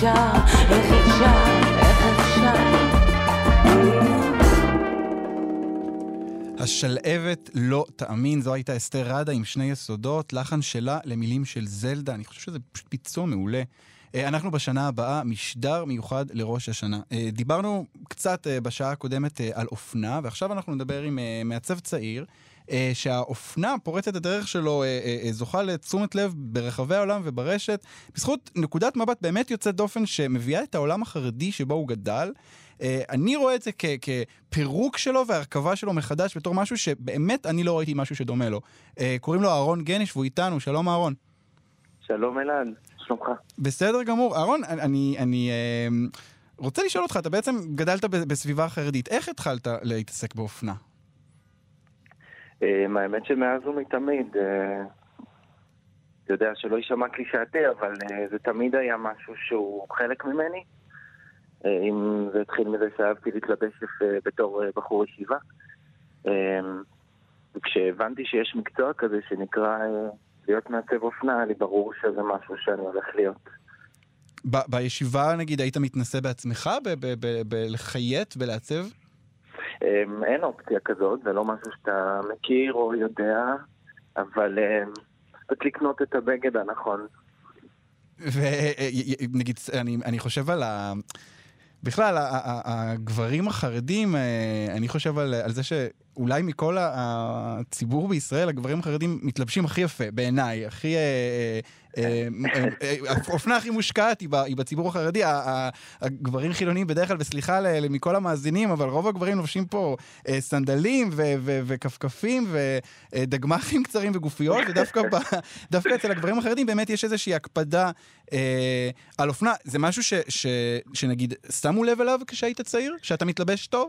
אפשר, איך אפשר, איך אפשר. השלהבת לא תאמין, זו הייתה אסתר רדה עם שני יסודות, לחן שלה למילים של זלדה, אני חושב שזה פשוט ביצוע מעולה. אנחנו בשנה הבאה משדר מיוחד לראש השנה. דיברנו קצת בשעה הקודמת על אופנה, ועכשיו אנחנו נדבר עם מעצב צעיר, שהאופנה פורצת הדרך שלו זוכה לתשומת לב ברחבי העולם וברשת, בזכות נקודת מבט באמת יוצאת דופן שמביאה את העולם החרדי שבו הוא גדל. אני רואה את זה כפירוק שלו והרכבה שלו מחדש בתור משהו שבאמת אני לא ראיתי משהו שדומה לו. קוראים לו אהרון גניש והוא איתנו. שלום אהרון. שלום אלעד, שלומך. בסדר גמור. אהרון, אני, אני רוצה לשאול אותך, אתה בעצם גדלת בסביבה חרדית. איך התחלת להתעסק באופנה? האמת שמאז ומתמיד, אתה יודע שלא יישמע קלישאתי, אבל זה תמיד היה משהו שהוא חלק ממני. אם זה התחיל מזה שאהבתי להתלבש בתור בחור ישיבה. וכשהבנתי שיש מקצוע כזה שנקרא להיות מעצב אופנה, היה לי ברור שזה משהו שאני הולך להיות. ב- בישיבה, נגיד, היית מתנסה בעצמך בלחייט, בלעצב? אין אופציה כזאת, זה לא משהו שאתה מכיר או יודע, אבל צריך לקנות את הבגד הנכון. ונגיד, אני, אני חושב על ה... בכלל, הגברים החרדים, אני חושב על, על זה שאולי מכל הציבור בישראל, הגברים החרדים מתלבשים הכי יפה, בעיניי, הכי... האופנה הכי מושקעת היא בציבור החרדי. הגברים חילונים בדרך כלל, וסליחה מכל המאזינים, אבל רוב הגברים לובשים פה סנדלים וכפכפים ודגמחים קצרים וגופיות, ודווקא אצל הגברים החרדים באמת יש איזושהי הקפדה על אופנה. זה משהו שנגיד שמו לב אליו כשהיית צעיר? שאתה מתלבש טוב?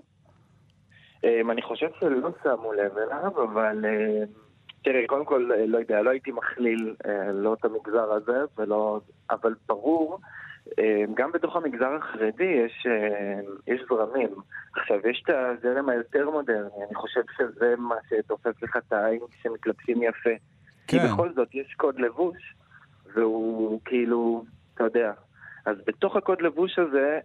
אני חושב שלא שמו לב אליו, אבל... תראה, קודם כל, לא יודע, לא הייתי מכליל לא את המגזר הזה, ולא, אבל ברור, גם בתוך המגזר החרדי יש, יש זרמים. עכשיו, יש את הזרם היותר מודרני, אני חושב שזה מה שתופס לך את העין שמתלבשים יפה. כן. כי בכל זאת יש קוד לבוש, והוא כאילו, אתה יודע, אז בתוך הקוד לבוש הזה,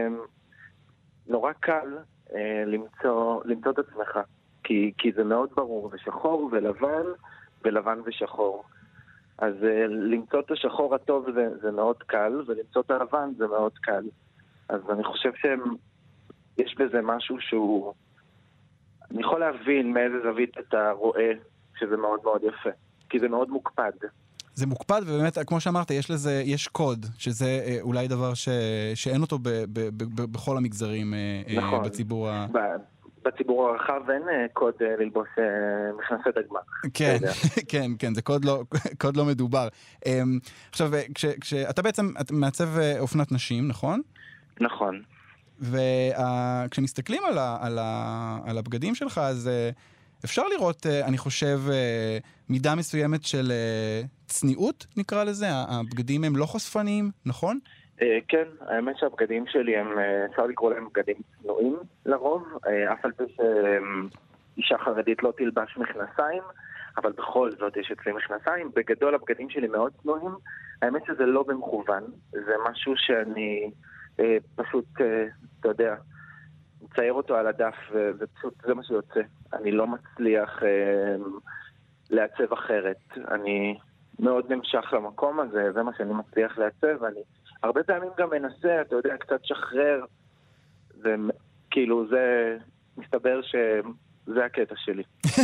נורא קל למצוא, למצוא את עצמך. כי, כי זה מאוד ברור, זה שחור ולבן, ולבן ושחור. אז uh, למצוא את השחור הטוב זה, זה מאוד קל, ולמצוא את הלבן זה מאוד קל. אז אני חושב שיש בזה משהו שהוא... אני יכול להבין מאיזה זווית אתה רואה שזה מאוד מאוד יפה, כי זה מאוד מוקפד. זה מוקפד, ובאמת, כמו שאמרת, יש לזה, יש קוד, שזה אה, אולי דבר ש, שאין אותו ב, ב, ב, ב, בכל המגזרים אה, נכון. בציבור ה... ב... בציבור הרחב אין קוד ללבוש מכנסי דגמח. כן, כן, כן, זה קוד לא, קוד לא מדובר. עכשיו, כשאתה בעצם מעצב אופנת נשים, נכון? נכון. וכשמסתכלים על, על, על הבגדים שלך, אז אפשר לראות, אני חושב, מידה מסוימת של צניעות, נקרא לזה. הבגדים הם לא חושפניים, נכון? כן, האמת שהבגדים שלי הם, אפשר לקרוא להם בגדים צנועים לרוב, אף על פי שאישה חרדית לא תלבש מכנסיים, אבל בכל זאת יש אצלי מכנסיים. בגדול הבגדים שלי מאוד צנועים, האמת שזה לא במכוון, זה משהו שאני אה, פשוט, אה, אתה יודע, מצייר אותו על הדף, ופשוט זה מה שיוצא. אני לא מצליח אה, לעצב אחרת, אני מאוד נמשך למקום הזה, זה מה שאני מצליח לעצב, ואני הרבה פעמים גם מנסה, אתה יודע, קצת שחרר, וכאילו זה מסתבר שזה הקטע שלי.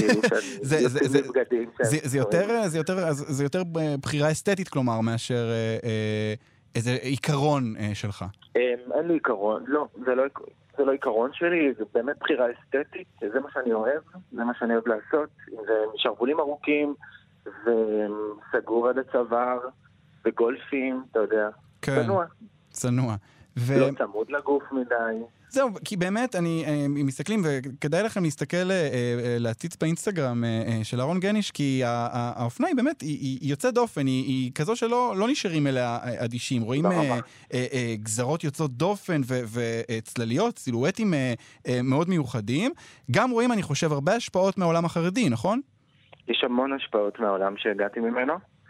זה יותר בחירה אסתטית, כלומר, מאשר איזה עיקרון שלך. אין לי עיקרון, לא, זה לא עיקרון שלי, זה באמת בחירה אסתטית, זה מה שאני אוהב, זה מה שאני אוהב לעשות, זה שרוולים ארוכים, וסגור עד הצוואר, וגולפים, אתה יודע. צנוע. צנוע. לא צמוד לגוף מדי. זהו, כי באמת, אני מסתכלים, וכדאי לכם להסתכל, להציץ באינסטגרם של אהרון גניש, כי האופנה היא באמת, היא יוצאת דופן, היא כזו שלא נשארים אליה אדישים. רואים גזרות יוצאות דופן וצלליות, סילואטים מאוד מיוחדים. גם רואים, אני חושב, הרבה השפעות מהעולם החרדי, נכון? יש המון השפעות מהעולם שהגעתי ממנו.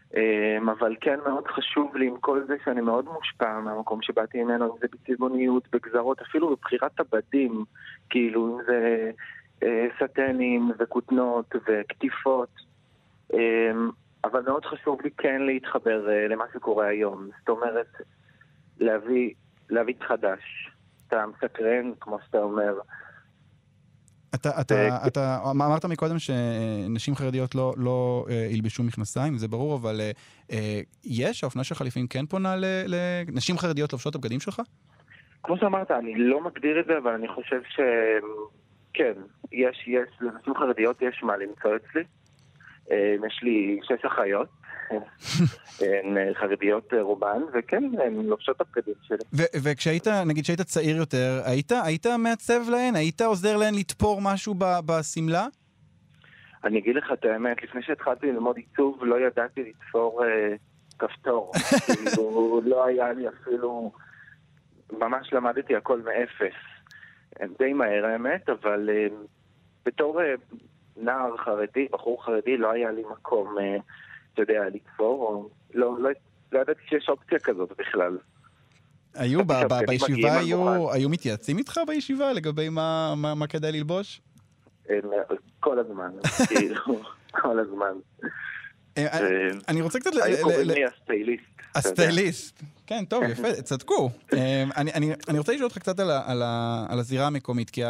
אבל כן מאוד חשוב לי עם כל זה שאני מאוד מושפע מהמקום שבאתי ממנו, אם זה בצבעוניות, בגזרות, אפילו בבחירת הבדים, כאילו אם זה סטנים וכותנות וכתיפות, אבל מאוד חשוב לי כן להתחבר למה שקורה היום. זאת אומרת, להביא, להביא חדש. אתה מסקרן, כמו שאתה אומר. אתה, אתה, אתה אמרת מקודם שנשים חרדיות לא, לא ילבשו מכנסיים, זה ברור, אבל יש, האופנה שלך לפעמים כן פונה לנשים חרדיות לובשות הבגדים שלך? כמו שאמרת, אני לא מגדיר את זה, אבל אני חושב שכן, יש, יש, לנשים חרדיות יש מה למצוא אצלי. יש לי שש אחיות, הן חרדיות רובן, וכן, הן לובשות הבגדים שלי. וכשהיית, נגיד שהיית צעיר יותר, היית, היית מעצב להן? היית עוזר להן לתפור משהו בסמלה? אני אגיד לך את האמת, לפני שהתחלתי ללמוד עיצוב, לא ידעתי לתפור אה, כפתור. כאילו, לא היה לי אפילו, ממש למדתי הכל מאפס. די מהר האמת, אבל אה, בתור אה, נער חרדי, בחור חרדי, לא היה לי מקום, אה, אתה יודע, לתפור, או לא, לא, לא ידעתי שיש אופציה כזאת בכלל. היו, בישיבה היו, היו מתייעצים איתך בישיבה לגבי מה, מה, מה כדאי ללבוש? כל הזמן, כאילו, כל הזמן. אני רוצה קצת... היו קוראים לי הסטייליסט. הסטייליסט. כן, טוב, יפה, צדקו. אני רוצה לשאול אותך קצת על הזירה המקומית, כי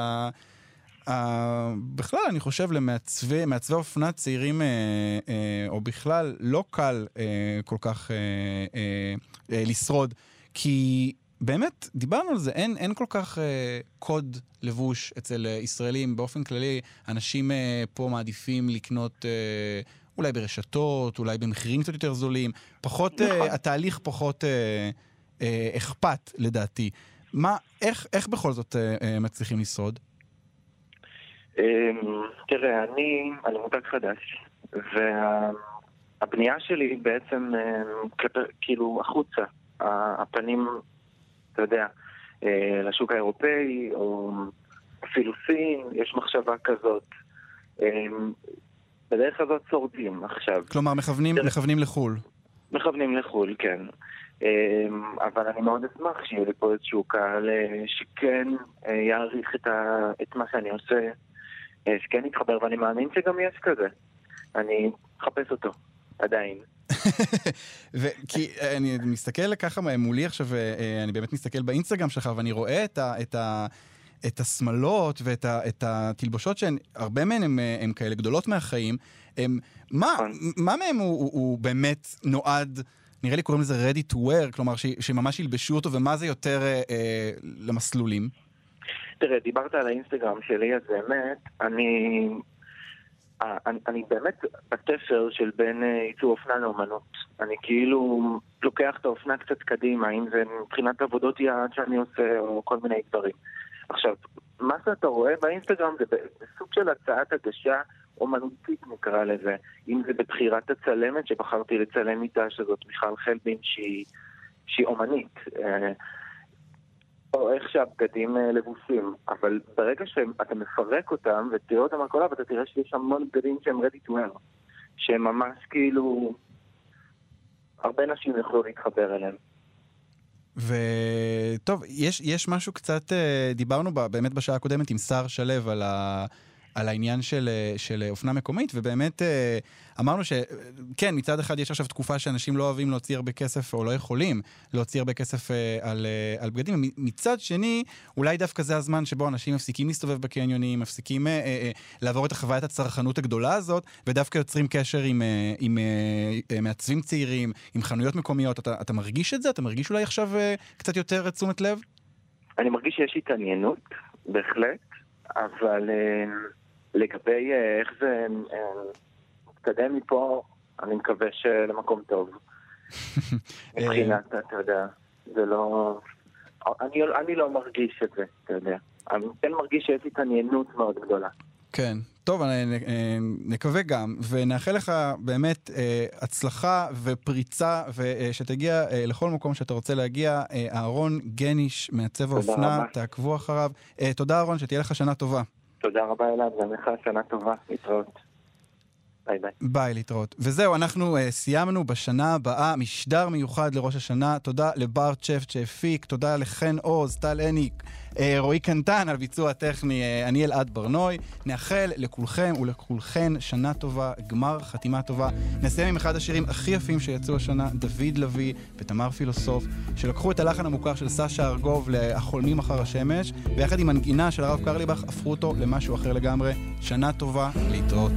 בכלל אני חושב למעצבי אופנה צעירים, או בכלל לא קל כל כך לשרוד, כי באמת דיברנו על זה, אין, אין כל כך קוד לבוש אצל ישראלים. באופן כללי אנשים פה מעדיפים לקנות אולי ברשתות, אולי במחירים קצת יותר זולים, פחות, התהליך פחות אכפת לדעתי. מה, איך, איך בכל זאת מצליחים לשרוד? תראה, אני, אני מותג חדש, והבנייה שלי בעצם כאילו החוצה, הפנים, אתה יודע, לשוק האירופאי, או אפילו סין, יש מחשבה כזאת. בדרך הזאת שורדים עכשיו. כלומר, מכוונים, מכוונים לחול. מכוונים לחול, כן. אבל אני מאוד אשמח שיהיה לי פה איזשהו קהל שכן יעריך את, ה... את מה שאני עושה, שכן יתחבר, ואני מאמין שגם יש כזה. אני מחפש אותו, עדיין. כי אני מסתכל ככה מולי עכשיו, אני באמת מסתכל באינסטגרם שלך, ואני רואה את ה... את ה... את השמלות ואת ה, את התלבושות שהן, הרבה מהן הם, הם כאלה גדולות מהחיים. הם, מה, מה מהם הוא, הוא, הוא באמת נועד, נראה לי קוראים לזה ready to wear, כלומר ש, שממש ילבשו אותו, ומה זה יותר אה, אה, למסלולים? תראה, דיברת על האינסטגרם שלי, אז באמת, אני, אני, אני באמת בתפר של בין ייצור אופנה לאומנות. אני כאילו לוקח את האופנה קצת קדימה, אם זה מבחינת עבודות יעד שאני עושה, או כל מיני דברים. עכשיו, מה שאתה רואה באינסטגרם זה בסוג של הצעת הגשה אומנותית נקרא לזה, אם זה בבחירת הצלמת שבחרתי לצלם איתה, שזאת מיכל חלבין שהיא, שהיא אומנית, או איך שהבגדים לבושים, אבל ברגע שאתה מפרק אותם ותראה אותם על קולה, ואתה תראה שיש המון בגדים שהם ready to wear, שהם ממש כאילו, הרבה נשים יכולו להתחבר אליהם. וטוב, יש, יש משהו קצת, דיברנו בה, באמת בשעה הקודמת עם שר שלב על, ה, על העניין של, של אופנה מקומית, ובאמת אמרנו שכן, מצד אחד יש עכשיו תקופה שאנשים לא אוהבים להוציא הרבה כסף, או לא יכולים להוציא הרבה כסף על, על בגדים. מצד שני, אולי דווקא זה הזמן שבו אנשים מפסיקים להסתובב בקניונים, מפסיקים אה, אה, לעבור את החוויית הצרכנות הגדולה הזאת, ודווקא יוצרים קשר עם, אה, עם אה, מעצבים צעירים, עם חנויות מקומיות. אתה, אתה מרגיש את זה? אתה מרגיש אולי עכשיו אה, קצת יותר תשומת לב? אני מרגיש שיש התעניינות, בהחלט, אבל אה, לגבי אה, איך זה... אה, מתקדם מפה, אני מקווה שלמקום טוב. מבחינת, אתה יודע, זה לא... אני, אני לא מרגיש את זה, אתה יודע. אני כן מרגיש שיש התעניינות מאוד גדולה. כן, טוב, נקווה גם, ונאחל לך באמת הצלחה ופריצה, ושתגיע לכל מקום שאתה רוצה להגיע. אהרון גניש, מעצב האופנה, תעקבו אחריו. תודה אהרון, שתהיה לך שנה טובה. תודה רבה אלעד, גם לך שנה טובה, להתראות. ביי ביי. ביי, להתראות. וזהו, אנחנו uh, סיימנו בשנה הבאה משדר מיוחד לראש השנה. תודה לבר צ'פט שהפיק, תודה לחן עוז, טל עניק, uh, רועי קנטן על ביצוע הטכני, uh, אני אלעד ברנוי. נאחל לכולכם ולכולכן שנה טובה, גמר חתימה טובה. נסיים עם אחד השירים הכי יפים שיצאו השנה, דוד לוי ותמר פילוסוף, שלקחו את הלחן המוכר של סשה ארגוב להחולמים אחר השמש, ויחד עם מנגינה של הרב קרליבך הפכו אותו למשהו אחר לגמרי. שנה טובה, להתראות.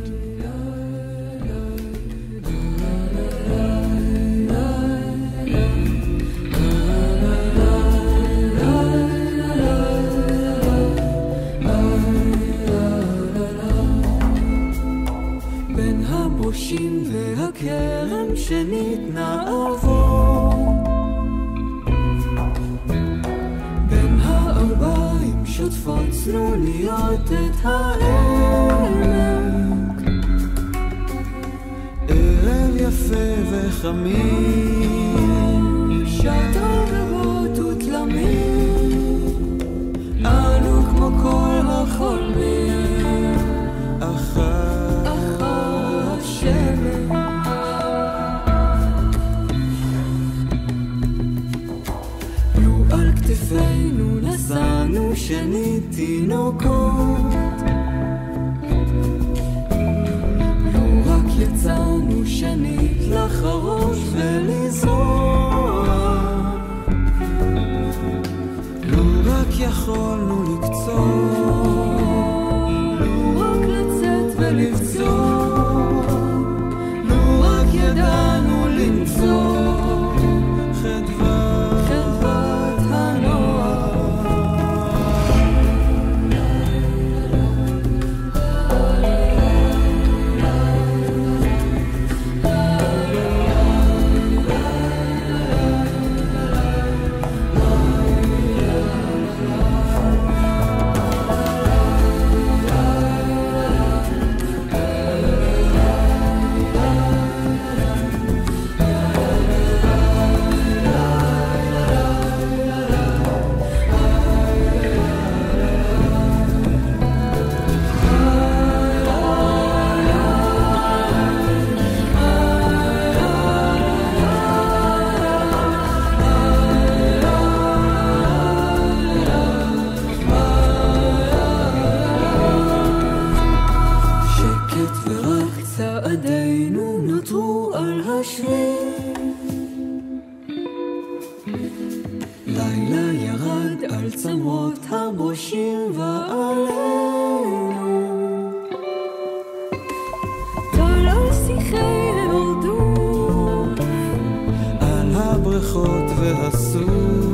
הבושים והכרם שניתנה עבור בין הארבעים שותפות צנוניות את העמק ערב יפה וחמים שטר גבות ותלמים אנו כמו כל החולמים אחר לו על כתפינו נשאנו שנית תינוקות לו רק יצאנו שנית לחרוש ולזרוע לו רק יכולנו לקצור לו רק לצאת ולבצור ידענו למצוא חדווה, חדוות הנוער. לילה ירד על צמרות הבושים ועלינו טל על שיחי הרדוף על הבריכות והסוף